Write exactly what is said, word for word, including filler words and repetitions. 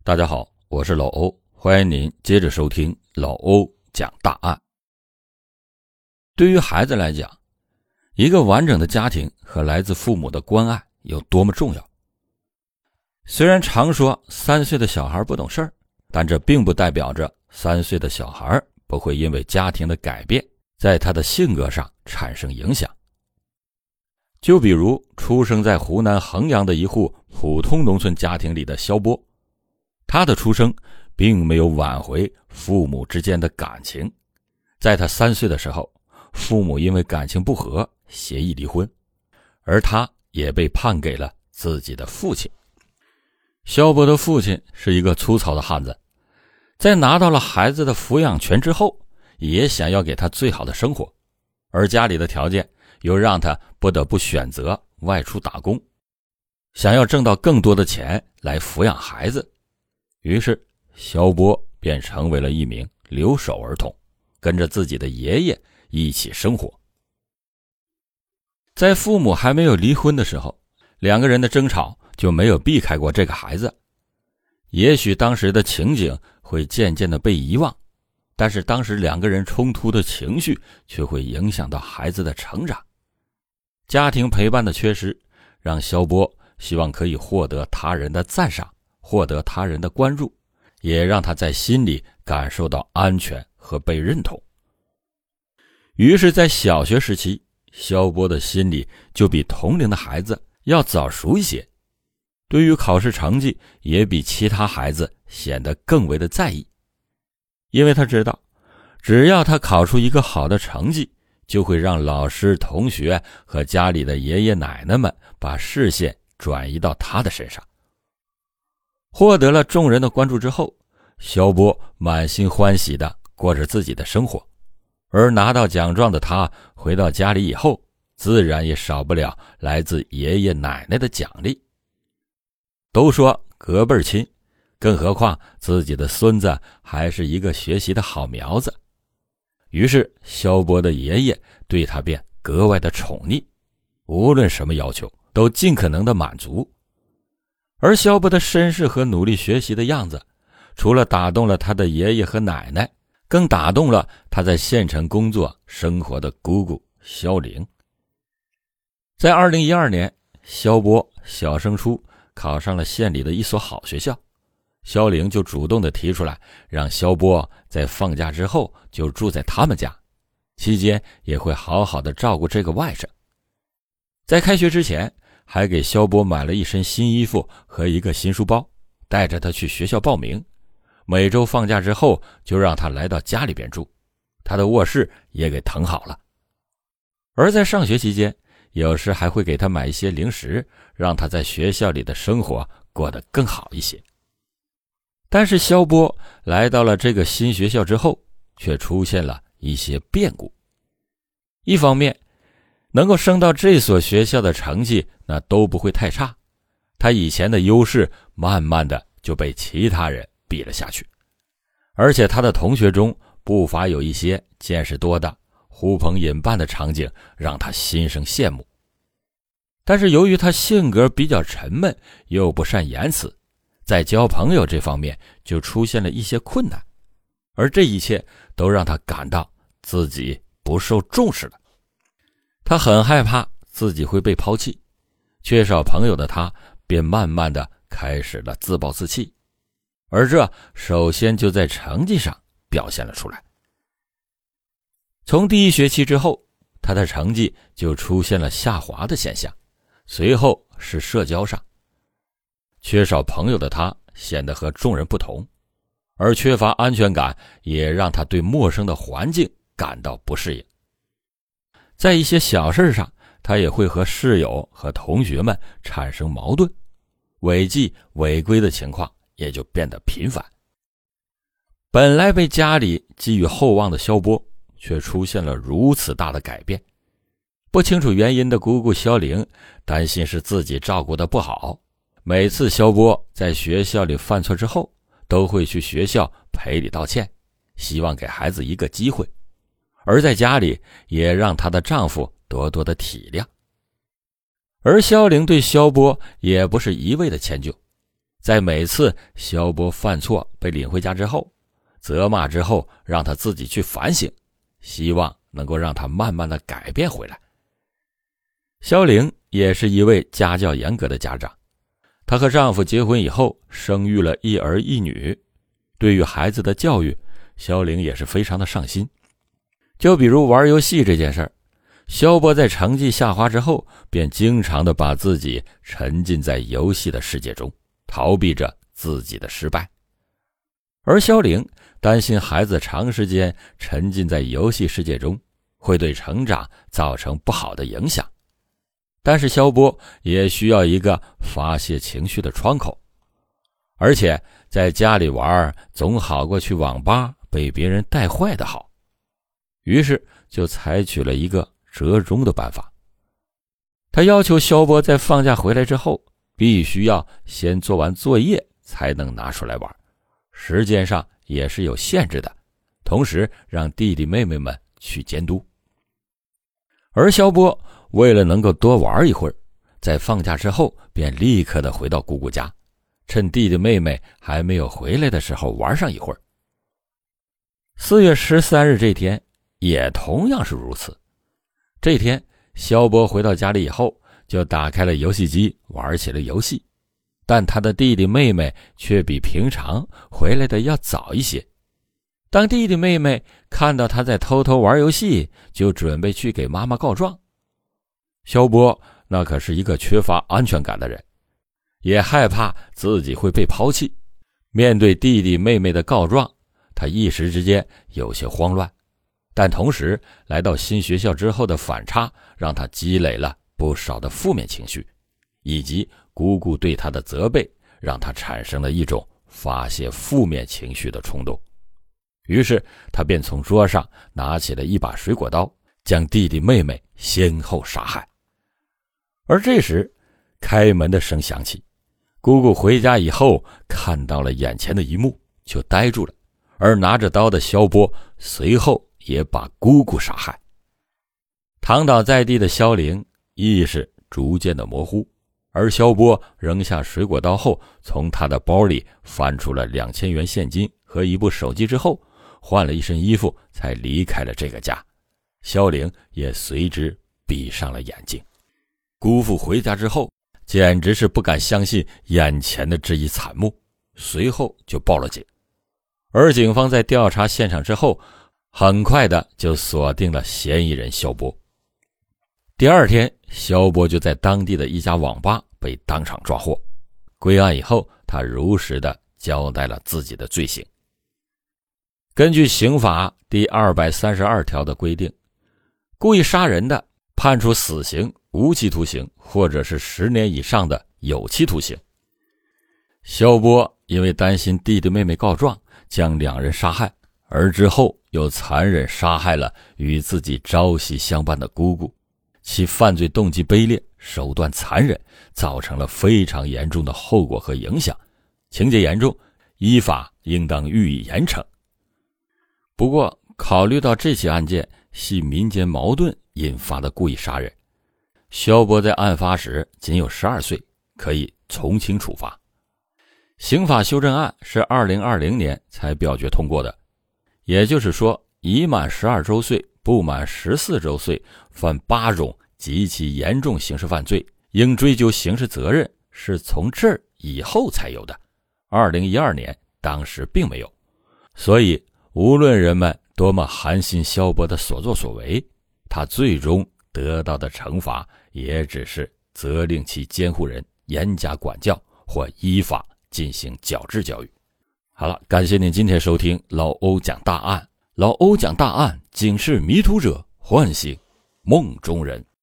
大家好，我是老欧，欢迎您接着收听老欧讲大案。对于孩子来讲，一个完整的家庭和来自父母的关爱有多么重要。虽然常说三岁的小孩不懂事儿，但这并不代表着三岁的小孩不会因为家庭的改变，在他的性格上产生影响。就比如出生在湖南衡阳的一户普通农村家庭里的肖波，他的出生并没有挽回父母之间的感情。在他三岁的时候，父母因为感情不和协议离婚，而他也被判给了自己的父亲。肖波的父亲是一个粗糙的汉子，在拿到了孩子的抚养权之后，也想要给他最好的生活，而家里的条件又让他不得不选择外出打工，想要挣到更多的钱来抚养孩子。于是肖波便成为了一名留守儿童，跟着自己的爷爷一起生活。在父母还没有离婚的时候，两个人的争吵就没有避开过这个孩子。也许当时的情景会渐渐的被遗忘，但是当时两个人冲突的情绪却会影响到孩子的成长。家庭陪伴的缺失，让肖波希望可以获得他人的赞赏，获得他人的关注，也让他在心里感受到安全和被认同。于是在小学时期，肖波的心里就比同龄的孩子要早熟一些，对于考试成绩也比其他孩子显得更为的在意。因为他知道，只要他考出一个好的成绩，就会让老师、同学和家里的爷爷奶奶们把视线转移到他的身上。获得了众人的关注之后，肖波满心欢喜地过着自己的生活，而拿到奖状的他回到家里以后，自然也少不了来自爷爷奶奶的奖励。都说隔辈亲，更何况自己的孙子还是一个学习的好苗子。于是肖波的爷爷对他便格外的宠溺，无论什么要求都尽可能的满足。而肖波的绅士和努力学习的样子，除了打动了他的爷爷和奶奶，更打动了他在县城工作生活的姑姑肖玲。在二零一二年，肖波小升初考上了县里的一所好学校，肖玲就主动的提出来，让肖波在放假之后就住在他们家，期间也会好好的照顾这个外甥。在开学之前，还给肖波买了一身新衣服和一个新书包，带着他去学校报名。每周放假之后就让他来到家里边住，他的卧室也给腾好了。而在上学期间，有时还会给他买一些零食，让他在学校里的生活过得更好一些。但是肖波来到了这个新学校之后，却出现了一些变故。一方面，能够升到这所学校的成绩那都不会太差，他以前的优势慢慢的就被其他人比了下去。而且他的同学中不乏有一些见识多的，呼朋引伴的场景让他心生羡慕。但是由于他性格比较沉闷，又不善言辞，在交朋友这方面就出现了一些困难，而这一切都让他感到自己不受重视了。他很害怕自己会被抛弃，缺少朋友的他便慢慢的开始了自暴自弃，而这首先就在成绩上表现了出来。从第一学期之后，他的成绩就出现了下滑的现象，随后是社交上，缺少朋友的他显得和众人不同，而缺乏安全感也让他对陌生的环境感到不适应。在一些小事上，他也会和室友和同学们产生矛盾，违纪违规的情况也就变得频繁。本来被家里寄予厚望的肖波，却出现了如此大的改变。不清楚原因的姑姑肖玲担心是自己照顾得不好，每次肖波在学校里犯错之后，都会去学校赔礼道歉，希望给孩子一个机会。而在家里也让她的丈夫多多的体谅。而肖玲对肖波也不是一味的迁就， 在每次萧波犯错被领回家之后，责骂之后让他自己去反省，希望能够让他慢慢的改变回来。萧玲也是一位家教严格的家长，她和丈夫结婚以后生育了一儿一女，对于孩子的教育，萧玲也是非常的上心。就比如玩游戏这件事儿，萧波在成绩下滑之后，便经常的把自己沉浸在游戏的世界中，逃避着自己的失败。而萧玲担心孩子长时间沉浸在游戏世界中，会对成长造成不好的影响。但是萧波也需要一个发泄情绪的窗口，而且在家里玩总好过去网吧被别人带坏的好。于是就采取了一个折中的办法。他要求萧波在放假回来之后，必须要先做完作业才能拿出来玩，时间上也是有限制的，同时让弟弟妹妹们去监督。而萧波为了能够多玩一会儿，在放假之后便立刻的回到姑姑家，趁弟弟妹妹还没有回来的时候玩上一会儿。四月十三日这天也同样是如此。这天萧波回到家里以后，就打开了游戏机玩起了游戏，但他的弟弟妹妹却比平常回来的要早一些。当弟弟妹妹看到他在偷偷玩游戏，就准备去给妈妈告状。萧波那可是一个缺乏安全感的人，也害怕自己会被抛弃。面对弟弟妹妹的告状，他一时之间有些慌乱，但同时来到新学校之后的反差，让他积累了不少的负面情绪，以及姑姑对他的责备，让他产生了一种发泄负面情绪的冲动。于是他便从桌上拿起了一把水果刀，将弟弟妹妹先后杀害。而这时开门的声响起，姑姑回家以后看到了眼前的一幕，就呆住了，而拿着刀的萧波随后也把姑姑杀害。躺倒在地的萧玲意识逐渐的模糊，而萧波扔下水果刀后，从他的包里翻出了两千元现金和一部手机之后，换了一身衣服才离开了这个家。萧玲也随之闭上了眼睛。姑父回家之后简直是不敢相信眼前的这一惨幕，随后就报了警。而警方在调查现场之后，很快的就锁定了嫌疑人萧波。第二天，萧波就在当地的一家网吧被当场抓获。归案以后，他如实的交代了自己的罪行。根据刑法第二百三十二条的规定，故意杀人的判处死刑、无期徒刑或者是十年以上的有期徒刑。萧波因为担心弟弟妹妹告状，将两人杀害，而之后又残忍杀害了与自己朝夕相伴的姑姑，其犯罪动机卑劣，手段残忍，造成了非常严重的后果和影响，情节严重，依法应当予以严惩。不过考虑到这起案件系民间矛盾引发的故意杀人，萧波在案发时仅有十二岁，可以从轻处罚。刑法修正案是二零二零年才表决通过的，也就是说，已满十二周岁不满十四周岁犯八种极其严重刑事犯罪，应追究刑事责任，是从这儿以后才有的。二零一二年当时并没有。所以无论人们多么寒心萧波的所作所为，他最终得到的惩罚也只是责令其监护人严加管教，或依法进行矫治教育。好了，感谢您今天收听老欧讲大案。老欧讲大案，警示迷途者，唤醒梦中人。